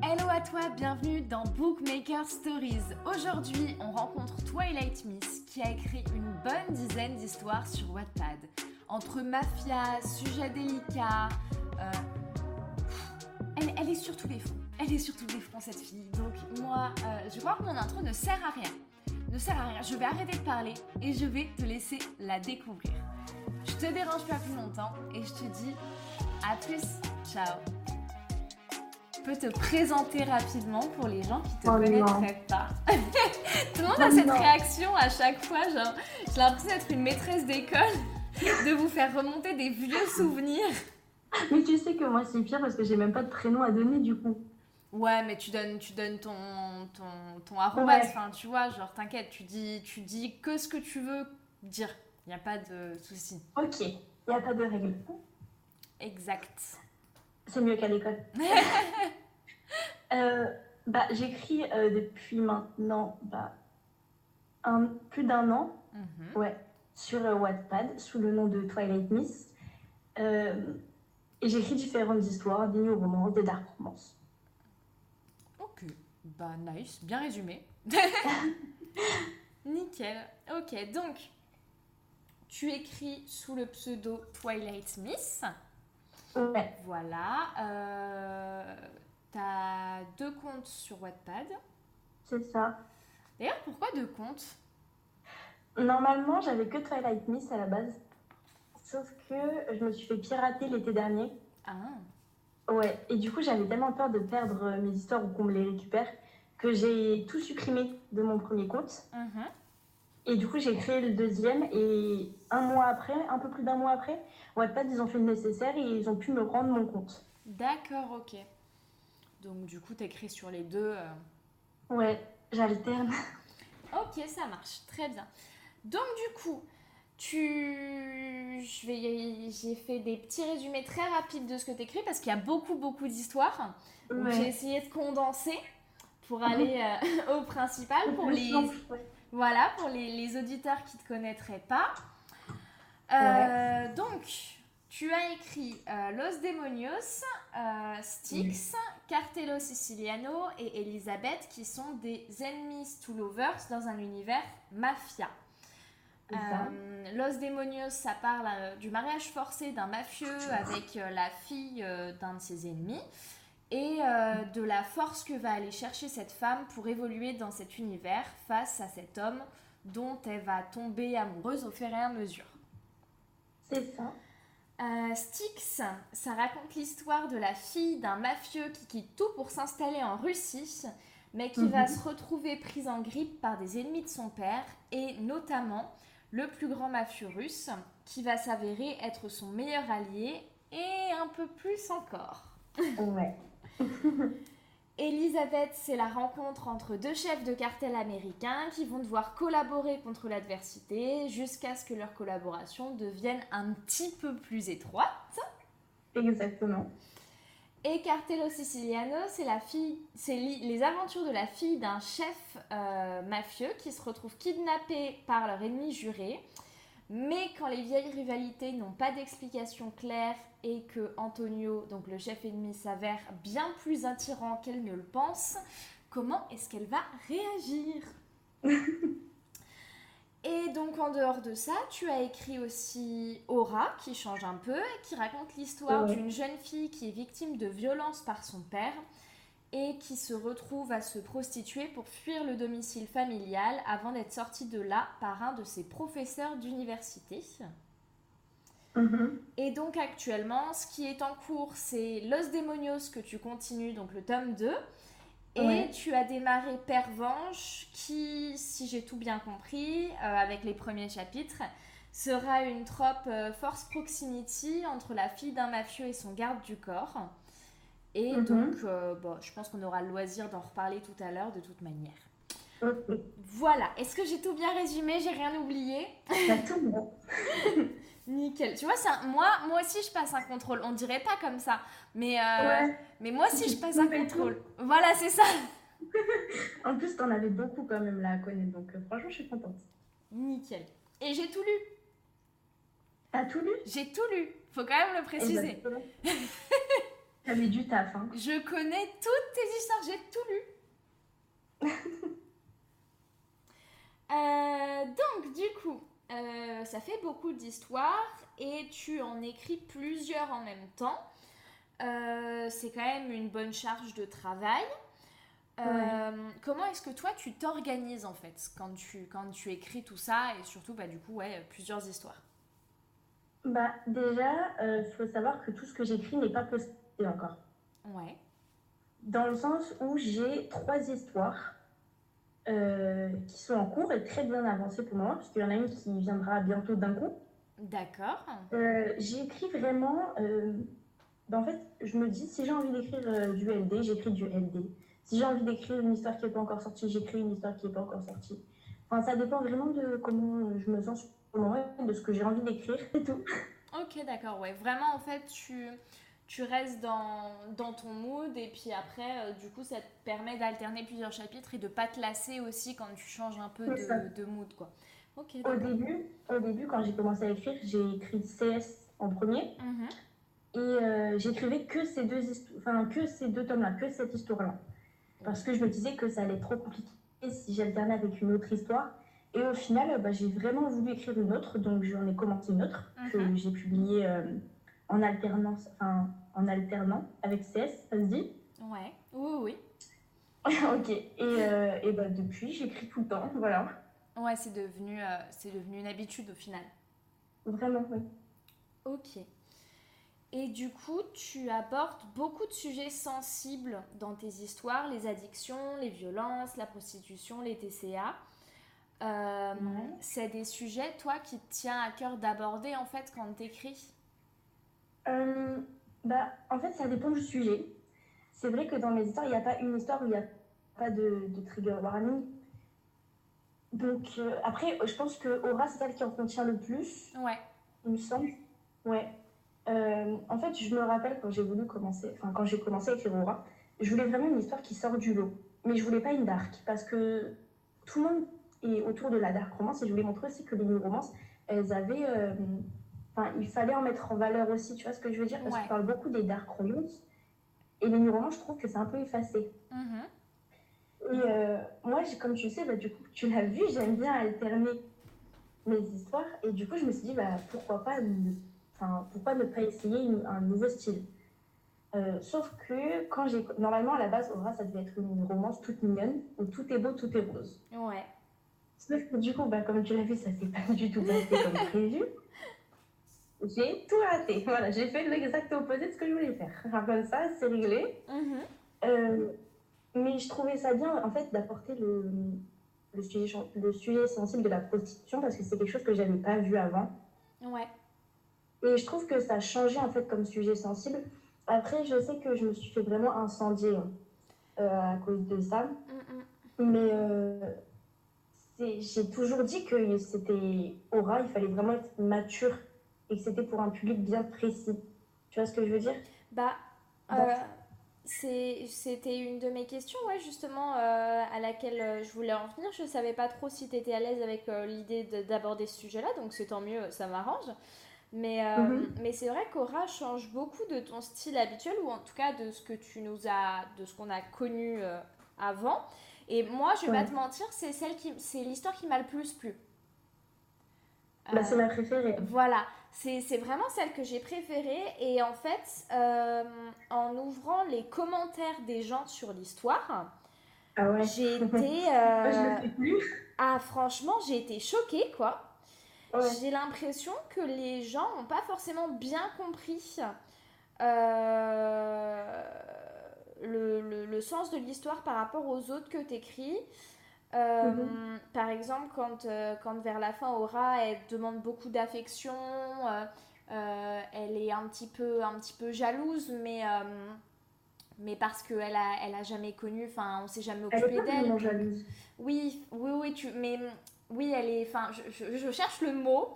Hello à toi, bienvenue dans Bookmaker Stories. Aujourd'hui, on rencontre Twilight Miss qui a écrit une bonne dizaine d'histoires sur Wattpad. Entre mafia, sujets délicats, elle est sur tous les fronts. Elle est sur tous les fronts cette fille. Donc moi, je crois que mon intro ne sert à rien. Je vais arrêter de parler et je vais te laisser la découvrir. Je te dérange pas plus longtemps et je te dis à plus. Ciao. Je peux te présenter rapidement pour les gens qui te connaîtraient pas. Tout le monde a cette réaction à chaque fois, genre j'ai l'impression d'être une maîtresse d'école, de vous faire remonter des vieux souvenirs. Mais tu sais que moi c'est pire parce que j'ai même pas de prénom à donner du coup. Ouais, mais tu donnes ton arrobas, Ouais. enfin tu vois, genre t'inquiète, tu dis que ce que tu veux dire, il n'y a pas de souci. Ok, y a pas de règle. Exact. C'est mieux qu'à l'école. J'écris depuis maintenant plus d'un an, ouais, sur Wattpad sous le nom de Twilight Miss. Et j'écris différentes histoires, des new romances, des dark romances. Ok, bah nice, bien résumé. Nickel. Ok, donc tu écris sous le pseudo Twilight Miss. Ouais. Voilà. T'as 2 comptes sur Wattpad. C'est ça. D'ailleurs, pourquoi 2 comptes ? Normalement, j'avais que Twilight Miss à la base. Sauf que je me suis fait pirater l'été dernier. Ah. Ouais, et du coup, j'avais tellement peur de perdre mes histoires ou qu'on me les récupère que j'ai tout supprimé de mon premier compte. Et du coup, j'ai créé le deuxième et un peu plus d'un mois après, Wattpad, ils ont fait le nécessaire et ils ont pu me rendre mon compte. D'accord, ok. Donc du coup, t'écris sur les 2. Ouais, j'alterne. Ok, ça marche, très bien. Donc du coup, j'ai fait des petits résumés très rapides de ce que t'écris parce qu'il y a beaucoup d'histoires. Donc j'ai essayé de condenser pour aller au principal pour les... Voilà, pour les auditeurs qui ne te connaîtraient pas. Donc, tu as écrit Los Demonios, Styx, Cartello Siciliano et Elisabeth, qui sont des enemies to lovers dans un univers mafia. Los Demonios, ça parle du mariage forcé d'un mafieux avec la fille d'un de ses ennemis. Et de la force que va aller chercher cette femme pour évoluer dans cet univers face à cet homme dont elle va tomber amoureuse au fur et à mesure. C'est ça. Styx, ça raconte l'histoire de la fille d'un mafieux qui quitte tout pour s'installer en Russie, mais qui va se retrouver prise en grippe par des ennemis de son père, et notamment le plus grand mafieux russe, qui va s'avérer être son meilleur allié, et un peu plus encore. Ouais. Elisabeth, c'est la rencontre entre 2 chefs de cartel américains qui vont devoir collaborer contre l'adversité jusqu'à ce que leur collaboration devienne un petit peu plus étroite. Exactement. Et Cartello Siciliano, c'est les aventures de la fille d'un chef mafieux qui se retrouve kidnappé par leur ennemi juré. Mais quand les vieilles rivalités n'ont pas d'explication claire et que Antonio, donc le chef ennemi, s'avère bien plus attirant qu'elle ne le pense, comment est-ce qu'elle va réagir ? Et donc en dehors de ça, tu as écrit aussi Aura, qui change un peu, et qui raconte l'histoire d'une jeune fille qui est victime de violences par son père et qui se retrouve à se prostituer pour fuir le domicile familial avant d'être sortie de là par un de ses professeurs d'université. Et donc actuellement, ce qui est en cours, c'est Los Demonios que tu continues, donc le tome 2. Et tu as démarré Pervenche qui, si j'ai tout bien compris, avec les premiers chapitres, sera une trope force proximity entre la fille d'un mafieux et son garde du corps. Et donc, je pense qu'on aura le loisir d'en reparler tout à l'heure de toute manière. Voilà, est-ce que j'ai tout bien résumé ? J'ai rien oublié ? T'as tout bon. Nickel. Tu vois, moi aussi je passe un contrôle. On dirait pas comme ça, mais moi aussi je passe un contrôle. Voilà, c'est ça. En plus, t'en avais beaucoup quand même là à connaître, donc franchement, je suis contente. Nickel. Et j'ai tout lu. T'as tout lu ? J'ai tout lu. Faut quand même le préciser. T'avais du taf, hein. Je connais toutes tes histoires, j'ai tout lu. Donc, du coup, ça fait beaucoup d'histoires et tu en écris plusieurs en même temps. C'est quand même une bonne charge de travail. Ouais. Comment est-ce que toi tu t'organises en fait quand tu écris tout ça et surtout bah, du coup plusieurs histoires. Bah, déjà, faut savoir que tout ce que j'écris n'est pas posté encore. Ouais. Dans le sens où j'ai 3 histoires qui sont en cours et très bien avancées pour moi, parce qu'il y en a une qui viendra bientôt d'un coup. D'accord. J'écris vraiment. Bah, en fait, je me dis, si j'ai envie d'écrire du LD, j'écris du LD. Si j'ai envie d'écrire une histoire qui n'est pas encore sortie, j'écris une histoire qui n'est pas encore sortie. Enfin, ça dépend vraiment de comment je me sens sur le moment et de ce que j'ai envie d'écrire, c'est tout. Ok, d'accord, ouais. Vraiment en fait tu restes dans ton mood et puis après du coup ça te permet d'alterner plusieurs chapitres et de pas te lasser aussi quand tu changes un peu C'est ça. de mood quoi. Ok, Au d'accord. début, au début, quand j'ai commencé à écrire, j'ai écrit CS en premier. Mhm. Et j'écrivais que ces enfin, que ces 2 tomes-là, que cette histoire-là. Oui. Parce que je me disais que ça allait être trop compliqué si j'alternais avec une autre histoire. Et au final, bah, j'ai vraiment voulu écrire une autre, donc j'en ai commencé une autre Mhm. que j'ai publiée en alternance, enfin en alternant avec CS, ça se dit. Ouais. Oui, oui. Ok. Et bah, depuis, j'écris tout le temps, voilà. Ouais, c'est devenu une habitude au final. Vraiment, oui. Ok. Et du coup, tu abordes beaucoup de sujets sensibles dans tes histoires, les addictions, les violences, la prostitution, les TCA. Ouais. C'est des sujets, toi, qui te tient à cœur d'aborder en fait quand t'écris. Euh, Bah, en fait, ça dépend du sujet. C'est vrai que dans mes histoires, il n'y a pas une histoire où il n'y a pas de trigger warning. Donc, après, je pense que Aura, c'est celle qui en contient le plus, Ouais. il me semble. Ouais. En fait, je me rappelle quand j'ai voulu commencer, enfin, quand j'ai commencé à écrire Aura, je voulais vraiment une histoire qui sort du lot. Mais je voulais pas une dark, parce que tout le monde est autour de la dark romance, et je voulais montrer aussi que les new romances, elles avaient. Enfin, il fallait en mettre en valeur aussi, tu vois ce que je veux dire? Parce qu'on Ouais. parle beaucoup des dark romances, et les new romances, je trouve que c'est un peu effacé. Mhm. Et moi, comme tu sais, bah, du coup, tu l'as vu, j'aime bien alterner mes histoires. Et du coup, je me suis dit, bah, enfin, pourquoi ne pas essayer un nouveau style. Sauf que quand j'ai... Normalement, à la base, Aura, ça devait être une romance toute mignonne, où tout est beau, tout est rose. Ouais. Sauf que du coup, bah, comme tu l'as vu, ça s'est pas du tout passé comme prévu. J'ai tout raté. Voilà, j'ai fait l'exact opposé de ce que je voulais faire. Enfin, comme ça, c'est réglé. Mhm. Euh, mais je trouvais ça bien, en fait, d'apporter le sujet sensible de la prostitution, parce que c'est quelque chose que j'avais pas vu avant. Ouais. Et je trouve que ça a changé en fait comme sujet sensible. Après, je sais que je me suis fait vraiment incendier à cause de ça. Mhm. Mais j'ai toujours dit que c'était Aura, il fallait vraiment être mature et que c'était pour un public bien précis. Tu vois ce que je veux dire? Bah, Dans- euh, c'était une de mes questions, ouais, justement, à laquelle je voulais en venir. Je savais pas trop si tu étais à l'aise avec l'idée d'aborder ce sujet-là, donc c'est tant mieux, ça m'arrange. Mhm. Mais c'est vrai qu'Aura change beaucoup de ton style habituel, ou en tout cas de ce que de ce qu'on a connu avant. Et moi, je vais pas Ouais. te mentir, c'est l'histoire qui m'a le plus plu. Bah, Euh, c'est ma préférée. voilà, c'est vraiment celle que j'ai préférée. Et en fait, en ouvrant les commentaires des gens sur l'histoire, Ah ouais. j'ai été... Moi, je le fais plus. ah, franchement, j'ai été choquée, quoi. Ouais. J'ai l'impression que les gens n'ont pas forcément bien compris euh, le sens de l'histoire par rapport aux autres que t'écris. Mhm. Par exemple, quand vers la fin, Aura, elle demande beaucoup d'affection, elle est un petit peu jalouse, mais parce elle a jamais connu, enfin, on s'est jamais Elle est occupé pas d'elle, vraiment donc jalouse. oui, oui, oui, mais oui, elle est, enfin, je cherche le mot,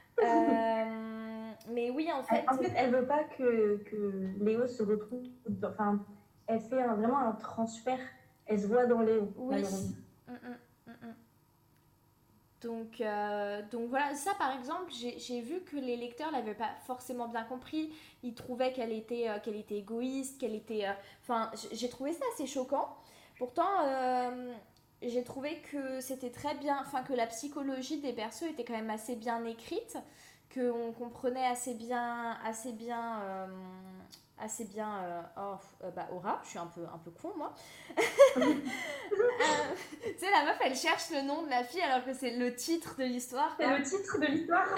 mais oui, en fait, En fait, elle veut pas que Léo se retrouve. Enfin, elle fait vraiment un transfert. Elle se voit dans Léo, oui. malheureusement. Mm, mm, mm, mm. Donc voilà, ça par exemple, j'ai vu que les lecteurs l'avaient pas forcément bien compris. Ils trouvaient qu'elle était égoïste, qu'elle était... Enfin, j'ai trouvé ça assez choquant. Pourtant, j'ai trouvé que c'était très bien, enfin que la psychologie des persos était quand même assez bien écrite, qu'on comprenait assez bien Aura, je suis un peu con moi. Tu sais, la meuf, elle cherche le nom de la fille alors que c'est le titre de l'histoire. C'est le titre de l'histoire.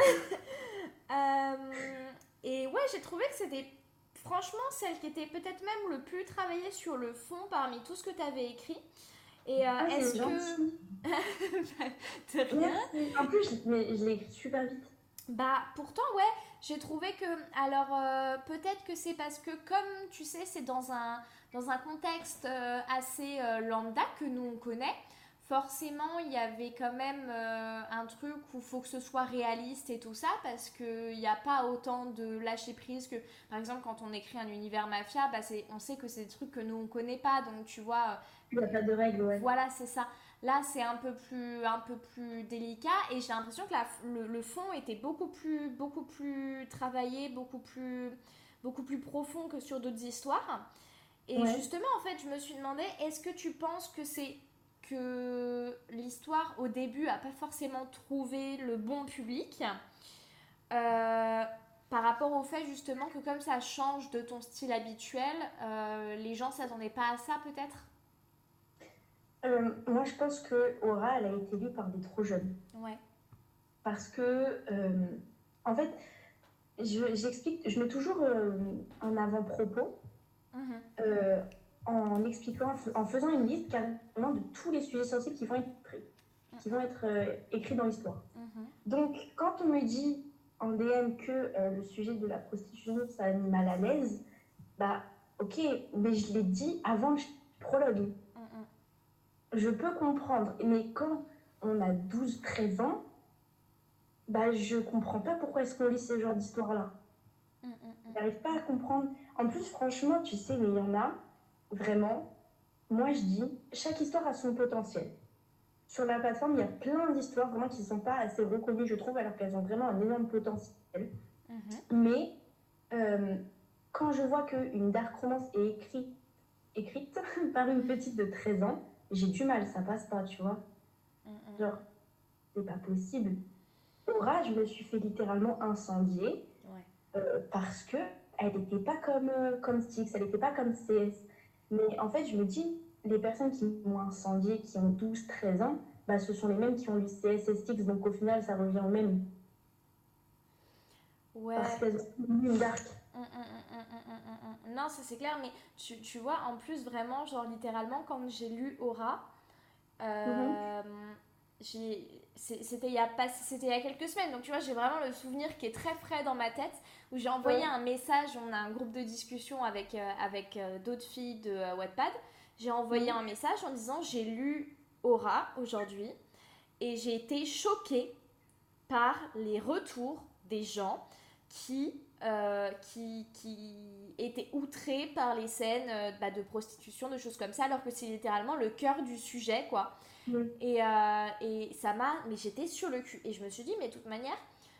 Et ouais, j'ai trouvé que c'était franchement celle qui était peut-être même le plus travaillée sur le fond parmi tout ce que tu avais écrit. Et est-ce que... De rien. Merci. En plus, je l'ai écrit super vite. Bah pourtant ouais, j'ai trouvé que... Alors peut-être que c'est parce que comme tu sais, c'est dans un contexte assez lambda que nous on connaît, forcément il y avait quand même un truc où il faut que ce soit réaliste et tout ça, parce qu'il n'y a pas autant de lâcher prise que par exemple quand on écrit un univers mafia, bah on sait que c'est des trucs que nous on connaît pas, donc tu vois... Il n'y a pas de règles, ouais. Voilà, c'est ça. Là, c'est un peu plus délicat et j'ai l'impression que le fond était beaucoup plus travaillé, beaucoup plus profond que sur d'autres histoires. Et ouais. Justement, en fait, je me suis demandé, est-ce que tu penses que c'est que l'histoire, au début, a pas forcément trouvé le bon public par rapport au fait, justement, que comme ça change de ton style habituel, les gens s'attendaient pas à ça, peut-être? Moi, je pense que Aura, elle a été lue par des trop jeunes. Ouais. Parce que, en fait, j'explique, je mets toujours un avant-propos en expliquant, en faisant une liste carrément de tous les sujets sensibles qui vont être écrits dans l'histoire. Donc, quand on me dit en DM que le sujet de la prostitution, ça a mis mal à l'aise, bah, ok, mais je l'ai dit avant le prologue. Je peux comprendre, mais quand on a 12-13 ans, bah, je comprends pas pourquoi est-ce qu'on lit ce genre d'histoire-là. J'arrive pas à comprendre. En plus, franchement, tu sais, mais il y en a, vraiment, moi je dis, chaque histoire a son potentiel. Sur la plateforme, il y a plein d'histoires vraiment qui ne sont pas assez reconnues, je trouve, alors qu'elles ont vraiment un énorme potentiel. Mais quand je vois qu'une dark romance est écrite par une petite de 13 ans, j'ai du mal, ça passe pas, tu vois. Genre, c'est pas possible. Aura, je me suis fait littéralement incendier parce que elle n'était pas comme Styx, elle n'était pas comme CS. Mais en fait, je me dis, les personnes qui m'ont incendié, qui ont 12-13 ans, bah, ce sont les mêmes qui ont lu CS et Styx, donc au final, ça revient au même. Ouais. Parce qu'elles ont lu une dark. Non, ça c'est clair, mais tu vois, en plus, vraiment, genre littéralement, quand j'ai lu Aura, c'était il y a quelques semaines, donc tu vois, j'ai vraiment le souvenir qui est très frais dans ma tête, où j'ai envoyé un message, on a un groupe de discussion avec d'autres filles de Wattpad, j'ai envoyé un message en disant j'ai lu Aura aujourd'hui, et j'ai été choquée par les retours des gens qui étaient outrés par les scènes de prostitution, de choses comme ça, alors que c'est littéralement le cœur du sujet, quoi. Et ça m'a... Mais j'étais sur le cul. Et je me suis dit, mais de toute manière,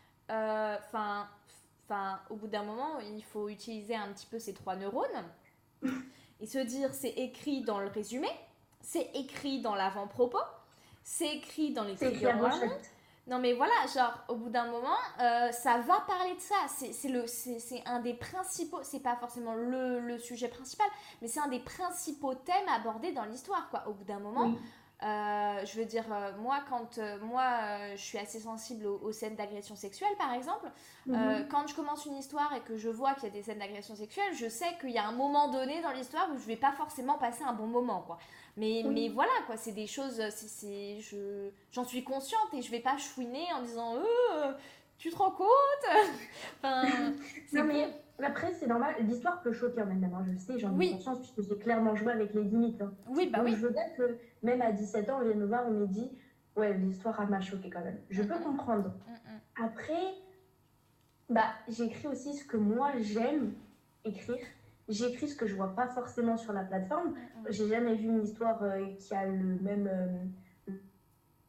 au bout d'un moment, il faut utiliser un petit peu ces 3 neurones et se dire, c'est écrit dans le résumé, c'est écrit dans l'avant-propos, c'est écrit dans les trigger warnings. Non mais voilà, genre au bout d'un moment, ça va parler de ça. C'est un des principaux, c'est pas forcément le sujet principal, mais c'est un des principaux thèmes abordés dans l'histoire, quoi. Au bout d'un moment, je veux dire, moi quand je suis assez sensible aux scènes d'agression sexuelle, par exemple, quand je commence une histoire et que je vois qu'il y a des scènes d'agression sexuelle, je sais qu'il y a un moment donné dans l'histoire où je vais pas forcément passer un bon moment, quoi. Mais voilà, quoi, c'est des choses, j'en suis consciente et je vais pas chouiner en disant tu te rends compte. Enfin, non, mais après, c'est normal, l'histoire peut choquer même, hein, je sais, j'en ai conscience puisque j'ai clairement joué avec les limites. Hein. Oui, bah donc, oui. je veux dire que même à 17 ans, on vient me voir, on me dit ouais, l'histoire m'a choqué quand même. Je peux comprendre. Après, bah, j'écris aussi ce que moi j'aime écrire. J'écris ce que je vois pas forcément sur la plateforme. J'ai jamais vu une histoire qui a le même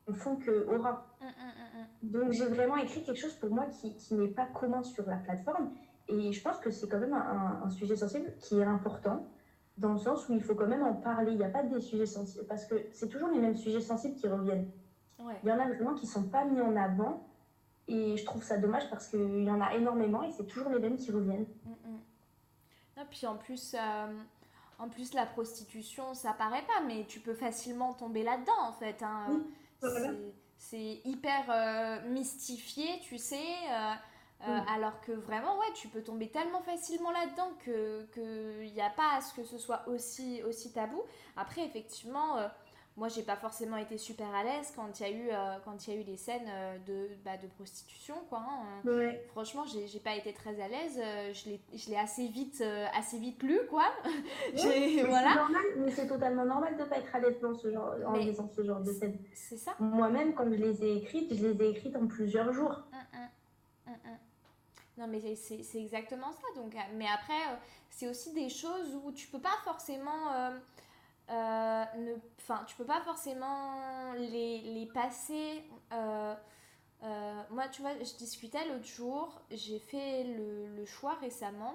fond que Aura. Donc j'ai vraiment écrit quelque chose pour moi qui n'est pas commun sur la plateforme. Et je pense que c'est quand même un sujet sensible qui est important, dans le sens où il faut quand même en parler. Il n'y a pas des sujets sensibles, parce que c'est toujours les mêmes sujets sensibles qui reviennent. Ouais. Il y en a vraiment qui ne sont pas mis en avant, et je trouve ça dommage parce qu'il y en a énormément et c'est toujours les mêmes qui reviennent. Et puis en plus, la prostitution, ça paraît pas, mais tu peux facilement tomber là-dedans en fait. Hein. Oui, voilà. C'est hyper mystifié, tu sais. Alors que vraiment, ouais, tu peux tomber tellement facilement là-dedans qu'il n'y a pas à ce que ce soit aussi tabou. Après, effectivement, moi, j'ai pas forcément été super à l'aise quand il y a eu les scènes de prostitution, quoi. Hein. Ouais. Franchement, j'ai pas été très à l'aise. Je l'ai assez vite lu, quoi. Ouais, voilà. c'est normal, mais c'est totalement normal de ne pas être à l'aise dans ce genre, en lisant ce genre de scènes. C'est ça. Moi-même, quand je les ai écrites en plusieurs jours. Non, mais c'est exactement ça. Donc, mais après, c'est aussi des choses où tu peux pas forcément tu peux pas forcément les passer. Moi, tu vois, je discutais l'autre jour, j'ai fait le choix récemment.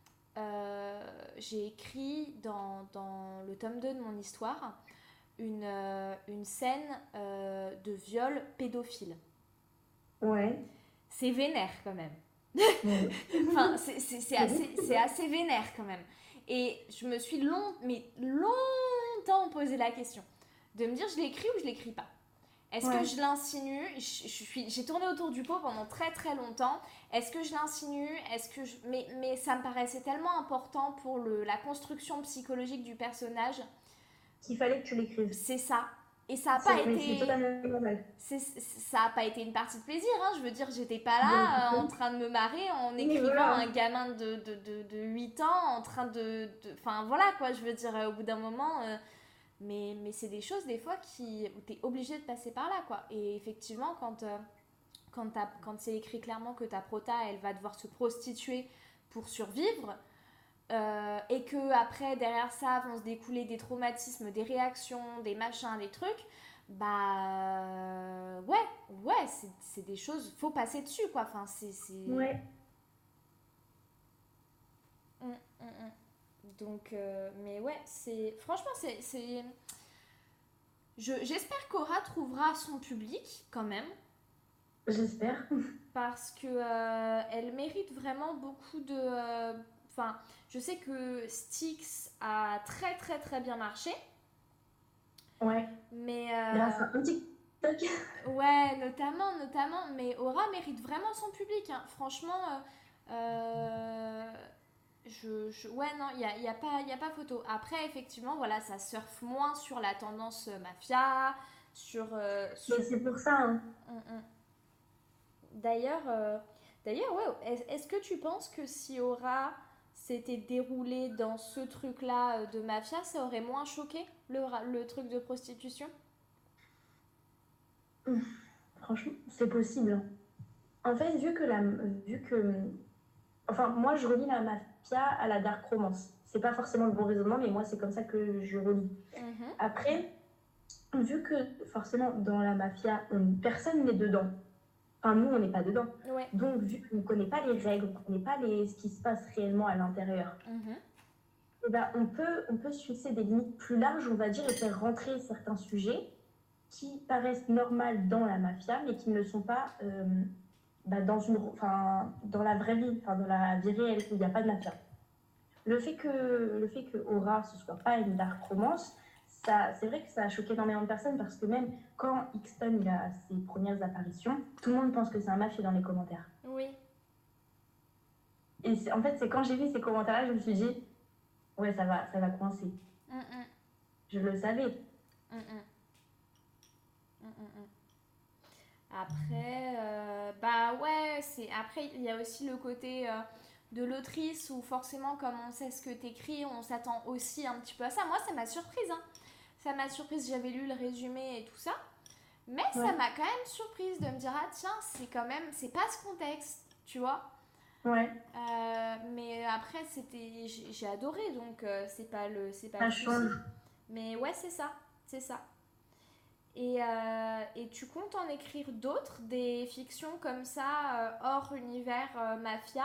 J'ai écrit dans le tome 2 de mon histoire une scène de viol pédophile. Ouais. C'est vénère quand même. Ouais. Enfin, c'est assez vénère quand même. Et je me suis longtemps posé la question de me dire, je l'écris ou je l'écris pas. Est-ce que je l'insinue? J'ai tourné autour du pot pendant très très longtemps. Est-ce que je l'insinue? Mais ça me paraissait tellement important pour la construction psychologique du personnage qu'il fallait que tu l'écrives. C'est ça. Et ça n'a pas été. C'est totalement normal. Ça n'a pas été une partie de plaisir. Hein. Je veux dire, j'étais pas là en train de me marrer en écrivant un gamin de 8 ans en train de. Enfin voilà quoi, je veux dire, au bout d'un moment. Mais c'est des choses des fois où tu es obligé de passer par là quoi. Et effectivement, quand c'est écrit clairement que ta prota elle va devoir se prostituer pour survivre. Et que après derrière ça vont se découler des traumatismes, des réactions, des machins, des trucs, ouais, c'est des choses, faut passer dessus quoi. Enfin, c'est... Ouais. Donc, mais ouais, franchement, j'espère qu'Aura trouvera son public quand même. J'espère. Parce que elle mérite vraiment beaucoup de. Enfin, je sais que Styx a très très très bien marché. Ouais. Mais grâce à un TikTok. Ouais, notamment. Mais Aura mérite vraiment son public. Hein. Franchement, ouais, non, il y a pas photo. Après, effectivement, voilà, ça surfe moins sur la tendance mafia, sur. Mais c'est pour ça. Hein. D'ailleurs, ouais, est-ce que tu penses que si Aura s'était déroulé dans ce truc-là de mafia, ça aurait moins choqué le truc de prostitution? Franchement, c'est possible. En fait, enfin, moi, je relis la mafia à la dark romance. C'est pas forcément le bon raisonnement, mais moi, c'est comme ça que je relis. Après, vu que forcément, dans la mafia, personne n'est dedans. Enfin, nous, on n'est pas dedans. Ouais. Donc, vu qu'on ne connaît pas les règles, on ne connaît pas ce qui se passe réellement à l'intérieur, et ben, on peut se fixer des limites plus larges, on va dire, et faire rentrer certains sujets qui paraissent normaux dans la mafia, mais qui ne le sont pas dans la vraie vie, dans la vie réelle, où il n'y a pas de mafia. Le fait que Aura, ce ne soit pas une dark romance, c'est vrai que ça a choqué énormément de personnes parce que même quand Ixton il a ses premières apparitions, tout le monde pense que c'est un mafieux dans les commentaires. Oui. Et en fait, c'est quand j'ai vu ces commentaires-là, je me suis dit, ouais, ça va coincer. Je le savais. Après, après, il y a aussi le côté de l'autrice où forcément, comme on sait ce que t'écris, on s'attend aussi un petit peu à ça. Moi, ça m'a surprise, hein. Ça m'a surprise, j'avais lu le résumé et tout ça. Mais ça m'a quand même surprise de me dire, ah tiens, c'est pas ce contexte, tu vois. Ouais. Mais après, j'ai adoré, donc c'est pas ça change. Mais ouais, c'est ça. Et tu comptes en écrire d'autres, des fictions comme ça, hors univers mafia,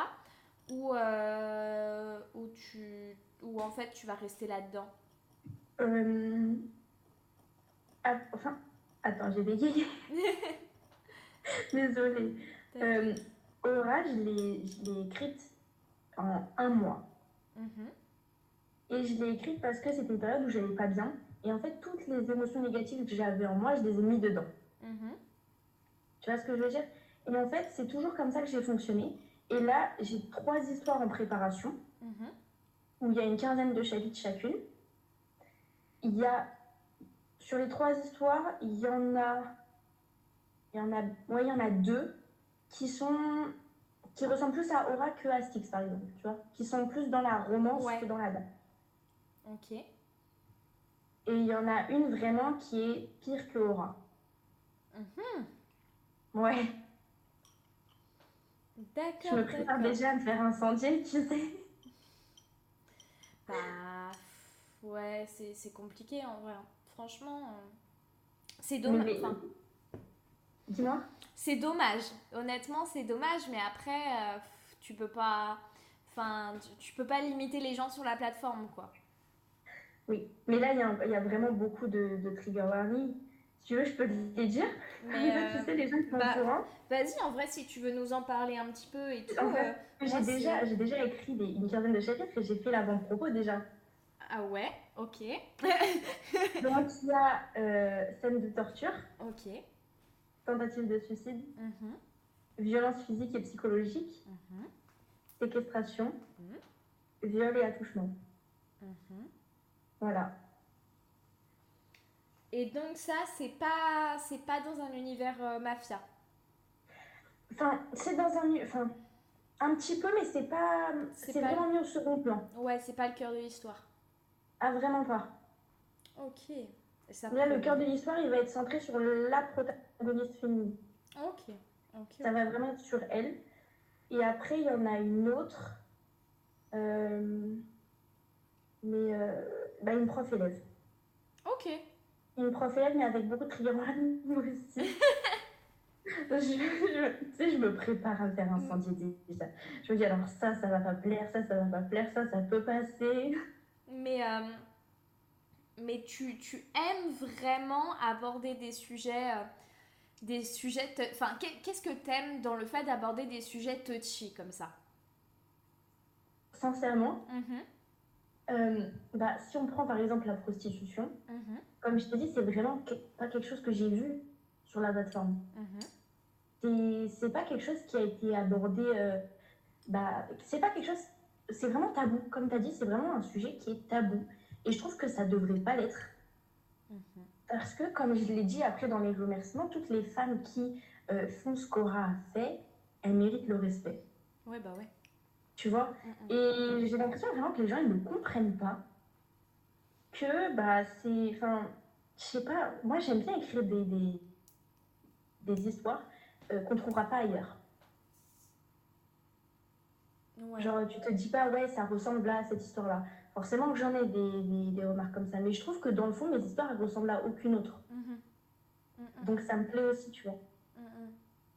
ou en fait tu vas rester là-dedans? Euh, enfin, attends, j'ai bégayé. Désolée. T'inquiète. Euh, Aura, je l'ai écrite en un mois. Mhm, Et je l'ai écrite parce que c'était une période où j'allais pas bien. Et en fait, toutes les émotions négatives que j'avais en moi, je les ai mis dedans. mhm, Tu vois ce que je veux dire? Et en fait, c'est toujours comme ça que j'ai fonctionné. Et là, j'ai 3 histoires en préparation, mhm. où il y a une quinzaine de chapitres chacune. Il y a, sur les 3 histoires, ouais, il y en a deux qui ressemblent plus à Aura que à Styx, par exemple, tu vois, qui sont plus dans la romance Ouais, que dans la base. ok. Et il y en a une vraiment qui est pire que Aura. Mhm. Ouais, je D'accord, me prépare d'accord. déjà à me faire incendier, tu sais. Bah, ouais, c'est compliqué en vrai, hein. Franchement, c'est Mais, dommage. Enfin, dis-moi. c'est dommage. Honnêtement, c'est dommage, mais après, tu peux pas. Enfin, tu peux pas limiter les gens sur la plateforme, quoi. Oui, mais là, il y a vraiment beaucoup de trigger warning. Si tu veux, je peux te les dire. Mais Comme ça, tu sais, les gens qui sont au bah, courant. vas-y, en vrai, si tu veux nous en parler un petit peu et tout, En fait, moi j'ai c'est. déjà, j'ai déjà écrit une quinzaine de chapitres et j'ai fait l'avant-propos déjà. Ah ouais, ok. Donc, il y a scène de torture, Ok. tentative de suicide, Mhm, violence physique et psychologique, mhm, séquestration, mhm, viol et attouchement. mhm. Voilà. Et donc ça, c'est pas dans un univers mafia. Enfin, c'est dans un... Enfin, un petit peu, mais c'est pas... C'est C'est pas vraiment mis au second plan. Ouais, c'est pas le cœur de l'histoire. Ah, vraiment pas. Ok. Ça Là, le pourrait. cœur de l'histoire, il va être centré sur la protagoniste féminine. Ok. Ok, Ça ok. va vraiment être sur elle. Et après, il y en a une autre, euh, mais bah, une prof élève. Ok. Une prof élève, mais avec beaucoup de trigger warning aussi. Tu sais, je me prépare à me faire Mm. incendier déjà. Je me dis, alors ça va pas plaire, ça va pas plaire, ça peut passer. Mais tu aimes vraiment aborder des sujets. Enfin, qu'est-ce que t'aimes dans le fait d'aborder des sujets touchy comme ça? Sincèrement, Mhm, bah, si on prend par exemple la prostitution, mhm, comme je te dis, c'est vraiment pas quelque chose que j'ai vu sur la plateforme. mhm, C'est pas quelque chose qui a été abordé. Bah, c'est pas quelque chose. C'est vraiment tabou. Comme tu as dit, c'est vraiment un sujet qui est tabou. Et je trouve que ça devrait pas l'être. mhm. Parce que, comme je l'ai dit après dans les remerciements, toutes les femmes qui font ce qu'Aura a fait, elles méritent le respect. Ouais, bah ouais. Tu vois? Mm, mm. Et j'ai l'impression vraiment que les gens ils ne comprennent pas que bah, c'est. Enfin, je sais pas, moi j'aime bien écrire des histoires qu'on ne trouvera pas ailleurs. Ouais. Genre, tu te dis pas, ouais, ça ressemble à cette histoire-là. Forcément que j'en ai des remarques comme ça, mais je trouve que dans le fond, mes histoires, elles ressemblent à aucune autre. Mhm, mm, mm, Donc ça me plaît aussi, tu vois. mm, mm.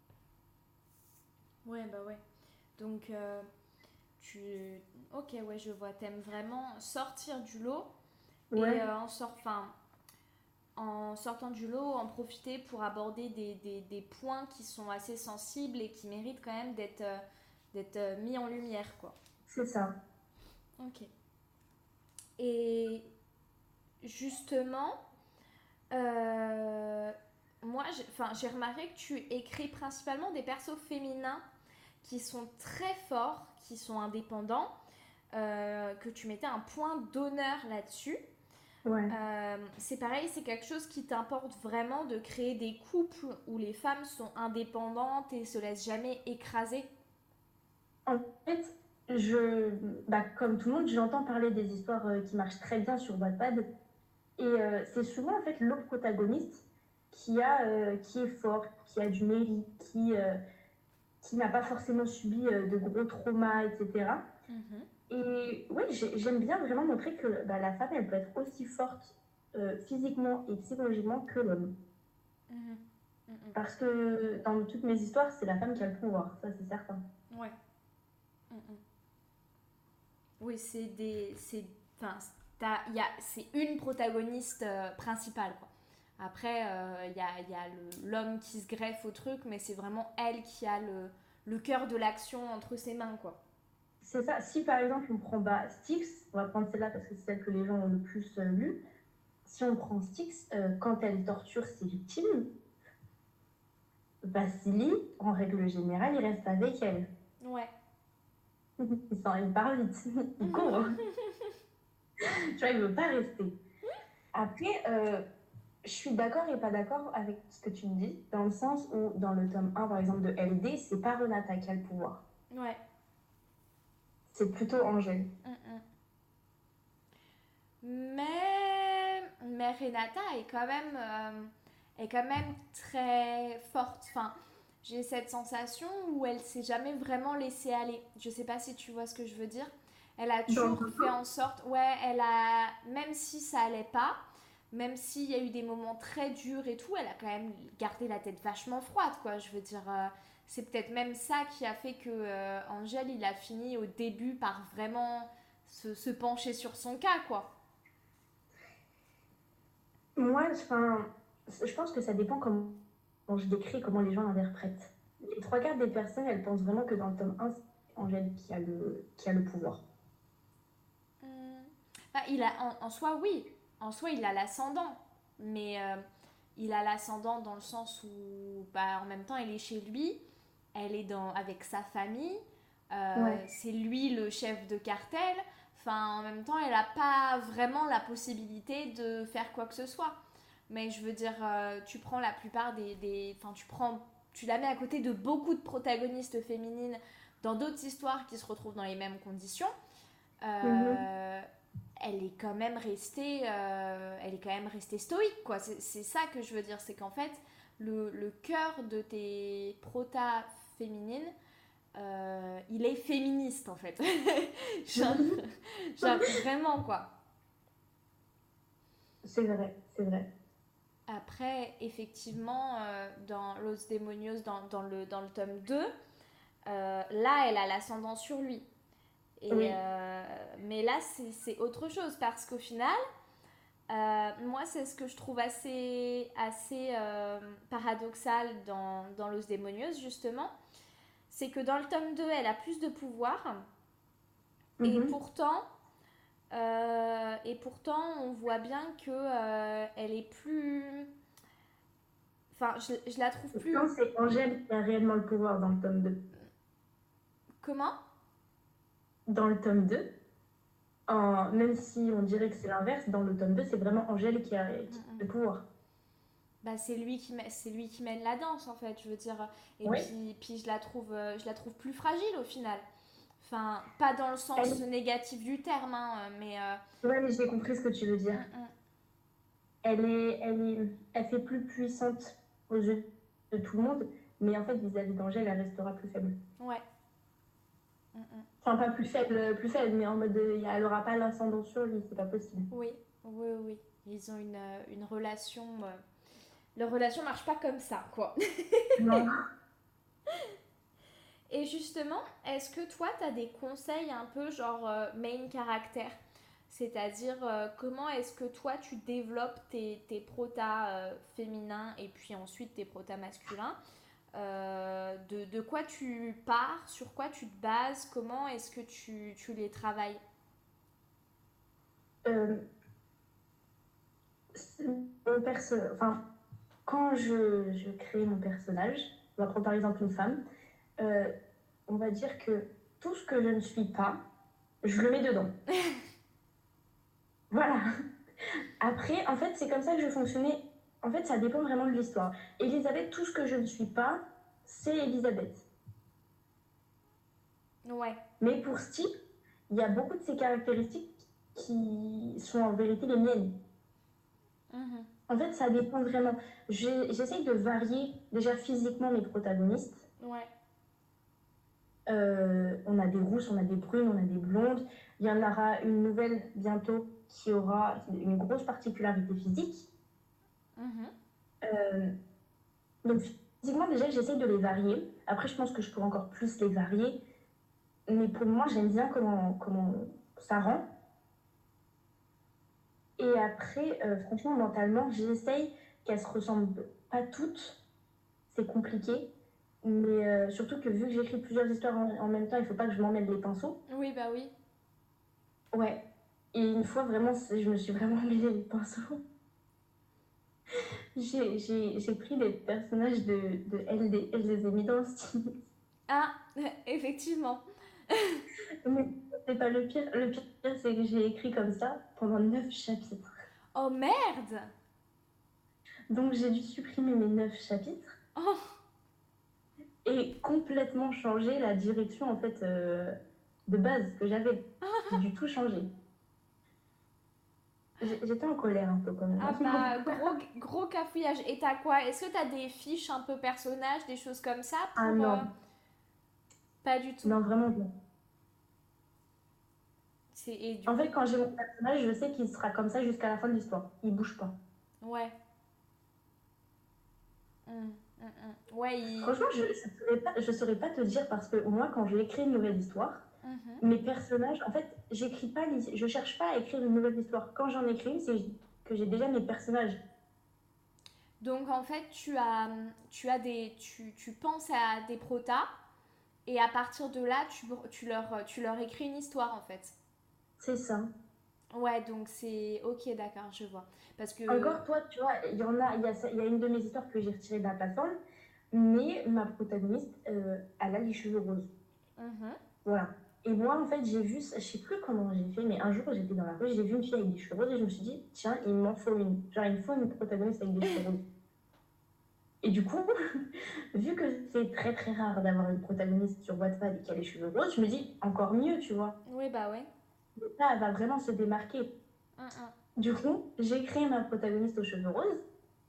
Ouais, bah ouais. Donc, tu. Ok, ouais, je vois. T'aimes vraiment sortir du lot et Ouais, en sortant du lot, en profiter pour aborder des points qui sont assez sensibles et qui méritent quand même d'être mis en lumière, quoi. c'est ça. Ok. Et justement, euh, moi, j'ai remarqué que tu écris principalement des persos féminins qui sont très forts, qui sont indépendants, que tu mettais un point d'honneur là-dessus. Ouais. C'est pareil, c'est quelque chose qui t'importe vraiment de créer des couples où les femmes sont indépendantes et se laissent jamais écraser. En fait, comme tout le monde, j'entends parler des histoires qui marchent très bien sur Wattpad. Et c'est souvent en fait l'autre protagoniste qui est fort, qui a du mérite, qui n'a pas forcément subi de gros traumas, etc. Mhm. Et oui, j'aime bien vraiment montrer que bah, la femme, elle peut être aussi forte physiquement et psychologiquement que l'homme. Mhm. Mhm. Parce que dans toutes mes histoires, c'est la femme qui a le pouvoir, ça c'est certain. Ouais. Mhm. Oui, c'est des. Enfin, c'est une protagoniste principale, quoi. Après, il y a l'homme qui se greffe au truc, mais c'est vraiment elle qui a le cœur de l'action entre ses mains, quoi. C'est ça. Si par exemple on prend Styx, on va prendre celle-là parce que c'est celle que les gens ont le plus lue. Si on prend Styx, quand elle torture ses victimes, Vassili, en règle générale, il reste avec elle. Ouais. Il part vite, il court. Tu vois, il veut pas rester. Après, je suis d'accord et pas d'accord avec ce que tu me dis, dans le sens où, dans le tome 1, par exemple, de LD, c'est pas Renata qui a le pouvoir. Ouais. C'est plutôt Angèle. Mm-mm. Mais Renata est quand même très forte. Enfin, j'ai cette sensation où elle s'est jamais vraiment laissée aller. Je sais pas si tu vois ce que je veux dire. Elle a Dans le toujours tome fait en sorte, ouais, même si ça allait pas, même s'il y a eu des moments très durs et tout, elle a quand même gardé la tête vachement froide, quoi. Je veux dire, c'est peut-être même ça qui a fait que Angèle, il a fini au début par vraiment se pencher sur son cas, quoi. Moi, enfin, je pense que ça dépend comment je décris, comment les gens l'interprètent. Les trois quarts des personnes, elles pensent vraiment que dans le tome 1, c'est Angèle qui a le pouvoir. Hmm. Bah, en soi, oui. En soi, il a l'ascendant. Mais il a l'ascendant dans le sens où, bah, en même temps, elle est chez lui. Elle est avec sa famille. Ouais. C'est lui le chef de cartel. Enfin, en même temps, elle n'a pas vraiment la possibilité de faire quoi que ce soit. Mais je veux dire, tu prends la plupart enfin, tu la mets à côté de beaucoup de protagonistes féminines dans d'autres histoires qui se retrouvent dans les mêmes conditions. Mhm. euh, elle est quand même restée stoïque, quoi. C'est ça que je veux dire, c'est qu'en fait, le cœur de tes protas féminines, il est féministe, en fait. genre, genre, vraiment, quoi. C'est vrai, c'est vrai. Après, effectivement, dans Los Demonios, dans le tome 2, là, elle a l'ascendant sur lui. Oui. Mais là, c'est autre chose parce qu'au final, moi, c'est ce que je trouve assez paradoxal dans Los Demonios, justement. C'est que dans le tome 2, elle a plus de pouvoir. Et Mhm. pourtant, on voit bien que elle est plus. Enfin, je la trouve Pourtant, plus. c'est Angèle qui a réellement le pouvoir dans le tome 2. Comment? Dans le tome 2, même si on dirait que c'est l'inverse, dans le tome 2, c'est vraiment Angèle qui a le pouvoir. Bah, c'est lui qui mène la danse, en fait, je veux dire. Et Oui. puis je la trouve plus fragile au final. Enfin, pas dans le sens Elle, négatif du terme, hein, mais ouais, mais j'ai compris ce que tu veux dire. hum, hum, Elle fait plus puissante aux yeux de tout le monde, mais en fait, vis-à-vis d'Angèle, elle restera plus faible. ouais. Hum, hum. Enfin, pas plus faible, mais en mode, elle aura pas l'ascendant sur lui, c'est pas possible. Oui, oui, oui. Ils ont une relation. Leur relation marche pas comme ça, quoi. Non. Et justement, est-ce que toi, tu as des conseils un peu genre main caractère? C'est-à-dire, comment est-ce que toi, tu développes tes protas féminins et puis ensuite tes protas masculins? De quoi tu pars? Sur quoi tu te bases? Comment est-ce que tu les travailles? Euh, enfin, quand je crée mon personnage, on va prendre par exemple une femme, euh, on va dire que tout ce que je ne suis pas, je le mets dedans. Voilà. Après, en fait, c'est comme ça que je fonctionnais. En fait, ça dépend vraiment de l'histoire. Elisabeth, tout ce que je ne suis pas, c'est Elisabeth. Ouais. Mais pour Steve, il y a beaucoup de ses caractéristiques qui sont en vérité les miennes. Mhm. En fait, ça dépend vraiment. J'essaye de varier déjà physiquement mes protagonistes. Ouais. On a des rousses, on a des brunes, on a des blondes. Il y en aura une nouvelle bientôt qui aura une grosse particularité physique. Mhm. Euh, Donc physiquement, déjà, j'essaie de les varier. Après, je pense que je pourrais encore plus les varier. Mais pour moi, j'aime bien comment ça rend. Et après, franchement, mentalement, j'essaye qu'elles se ressemblent pas toutes. C'est compliqué. Mais surtout que vu que j'écris plusieurs histoires en même temps, il faut pas que je m'emmêle les pinceaux. Oui, bah oui. Ouais. Et une fois, vraiment, je me suis vraiment mêlé les pinceaux. J'ai pris les personnages de LD, je les ai mis dans le style. Ah, effectivement. Mais c'est pas le pire. Le pire, c'est que j'ai écrit comme ça pendant 9 chapitres. Oh merde! Donc j'ai dû supprimer mes 9 chapitres Oh, et complètement changer la direction en fait de base que j'avais. J'ai dû tout changer. J'étais en colère un peu quand même. ah bah, gros cafouillage. Et t'as quoi? Est-ce que t'as des fiches un peu personnages, des choses comme ça Ah pour... non, Pas du tout. non vraiment non. Et du En coup... fait, quand j'ai mon personnage, je sais qu'il sera comme ça jusqu'à la fin de l'histoire. Il bouge pas. Ouais. Ouais, Franchement, je saurais pas te dire parce que moi, quand je vais écrire une nouvelle histoire, Mhm. mes personnages, en fait, j'écris pas, je cherche pas à écrire une nouvelle histoire. Quand j'en écris une, c'est que j'ai déjà mes personnages. Donc en fait, tu penses à des protas et à partir de là, tu leur écris une histoire en fait. C'est ça. Ouais, donc c'est... Ok, d'accord, je vois. Parce que... Encore toi, tu vois, il y a une de mes histoires que j'ai retirée de la plateforme, mais ma protagoniste, elle a les cheveux roses. Mhm. Voilà. Et moi, en fait, j'ai vu, je sais plus comment j'ai fait, mais un jour, j'étais dans la rue, j'ai vu une fille avec des cheveux roses et je me suis dit, tiens, il m'en faut une. Genre, il me faut une protagoniste avec des cheveux roses. Et du coup, vu que c'est très très rare d'avoir une protagoniste sur Wattpad qui a les cheveux roses, je me dis, encore mieux, tu vois. Oui, bah ouais. Et ça, elle va vraiment se démarquer. Mhm. Du coup, j'ai créé ma protagoniste aux cheveux roses,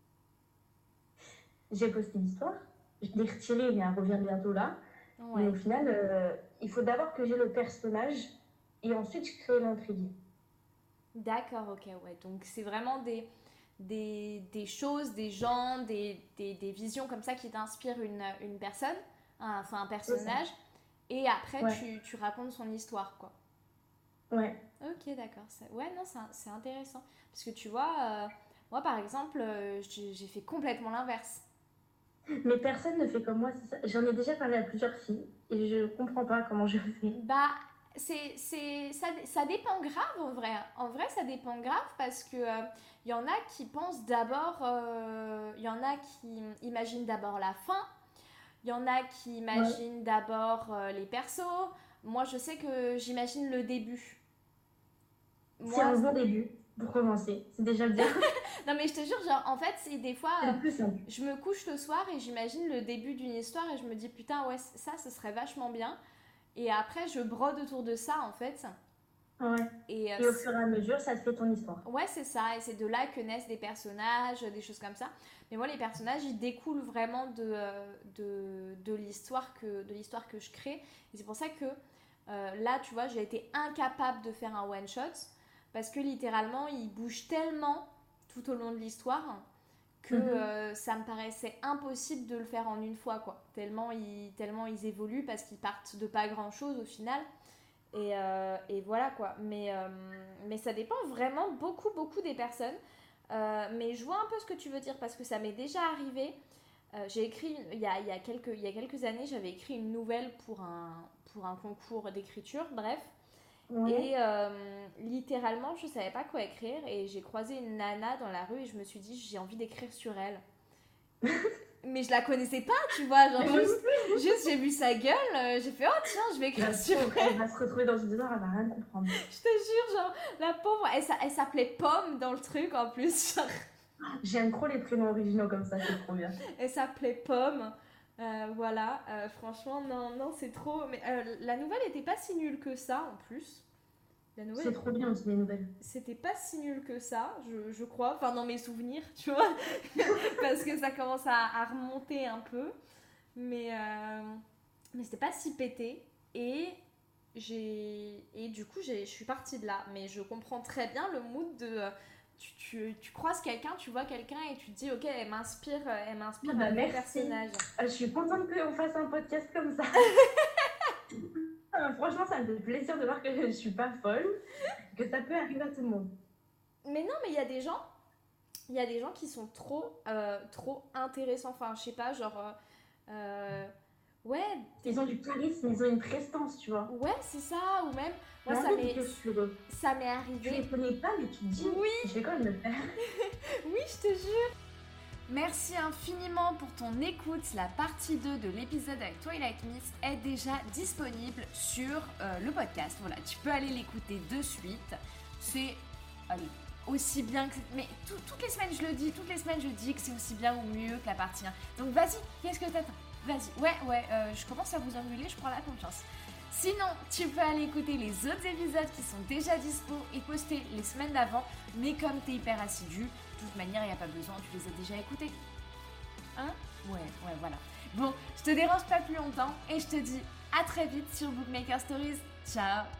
j'ai posté l'histoire, je l'ai retirée, mais elle revient bientôt là. Mais Ouais. au final, il faut d'abord que j'ai le personnage et ensuite je crée l'intrigue. D'accord, ok, ouais. Donc c'est vraiment des choses, des gens, des visions comme ça qui t'inspirent une personne, enfin un C'est ça. personnage, et après Ouais, tu racontes son histoire, quoi. ouais. Ok, d'accord. Ouais, non, c'est intéressant. Parce que tu vois, moi par exemple, j'ai fait complètement l'inverse. Mais personne ne fait comme moi, c'est ça. J'en ai déjà parlé à plusieurs filles et je comprends pas comment je fais. Bah, ça dépend grave en vrai. En vrai, ça dépend grave parce que y en a qui pensent d'abord, il y en a qui imaginent d'abord la fin, il y en a qui Ouais. imaginent d'abord les persos. Moi, je sais que j'imagine le début. C'est Moi, un bon début pour commencer, c'est déjà bien. non mais je te jure, genre, en fait, c'est des fois, C'est le plus simple. je me couche le soir et j'imagine le début d'une histoire et je me dis putain, ouais, ça, ce serait vachement bien. Et après, je brode autour de ça, en fait. Ouais. Et Et au fur et à mesure, ça te fait ton histoire. ouais, c'est ça. Et c'est de là que naissent des personnages, des choses comme ça. Mais moi, les personnages, ils découlent vraiment de de l'histoire que je crée. Et c'est pour ça que là, tu vois, j'ai été incapable de faire un one-shot. Parce que littéralement, ils bougent tellement tout au long de l'histoire que Mhm. ça me paraissait impossible de le faire en une fois, quoi. Tellement ils évoluent parce qu'ils partent de pas grand-chose au final. Et voilà quoi. Mais ça dépend vraiment beaucoup des personnes. Mais je vois un peu ce que tu veux dire parce que ça m'est déjà arrivé. J'ai écrit, il y a quelques années, j'avais écrit une nouvelle pour un concours d'écriture, bref. Ouais. Et littéralement, je savais pas quoi écrire et j'ai croisé une nana dans la rue et je me suis dit, j'ai envie d'écrire sur elle. Mais je la connaissais pas, tu vois, genre Mais moi non juste j'ai vu sa gueule, j'ai fait, oh tiens, je vais plus. écrire sur Elle va se retrouver dans une histoire, elle va rien comprendre. Je te jure, genre, la pauvre, elle s'appelait Pomme dans le truc en plus. Genre, J'aime trop les prénoms originaux comme ça, c'est trop bien. elle s'appelait Pomme. Voilà, franchement, non, non, c'est trop. Mais la nouvelle était pas si nulle que ça en plus. La C'est nouvelle, trop bien aussi les nouvelles. c'était pas si nul que ça, je crois. Enfin, dans mes souvenirs, tu vois. Parce que ça commence à remonter un peu. Mais, euh, mais c'était pas si pété. Et du coup, je suis partie de là. Mais je comprends très bien le mood de. tu croises quelqu'un, tu vois quelqu'un et tu te dis ok, elle m'inspire Bah, un bon merci. personnage. Je suis contente qu'on fasse un podcast comme ça. Franchement, ça me fait plaisir de voir que je ne suis pas folle, que ça peut arriver à tout le monde. Mais non, mais il y a des gens qui sont trop intéressants. Enfin, je sais pas, genre... ouais. Ils ont du charisme, ils ont une prestance, tu vois. Ouais, c'est ça. Ou même, moi, ça m'est arrivé. Je les connais pas, mais tu te dis, oui. Je vais quand même le faire. Oui, je te jure. Merci infiniment pour ton écoute. La partie 2 de l'épisode avec Twilight Mist est déjà disponible sur le podcast. Voilà, tu peux aller l'écouter de suite. C'est aussi bien que... Mais toutes les semaines je le dis, toutes les semaines je dis que c'est aussi bien ou mieux que la partie 1. Donc vas-y, qu'est-ce que t'attends? Vas-y, ouais, je commence à vous engueuler, je prends la confiance. Sinon, tu peux aller écouter les autres épisodes qui sont déjà dispo et postés les semaines d'avant. Mais comme t'es hyper assidu, de toute manière, il n'y a pas besoin, tu les as déjà écoutés. Hein? Ouais, voilà. Bon, je te dérange pas plus longtemps et je te dis à très vite sur Bookmaker Stories. Ciao!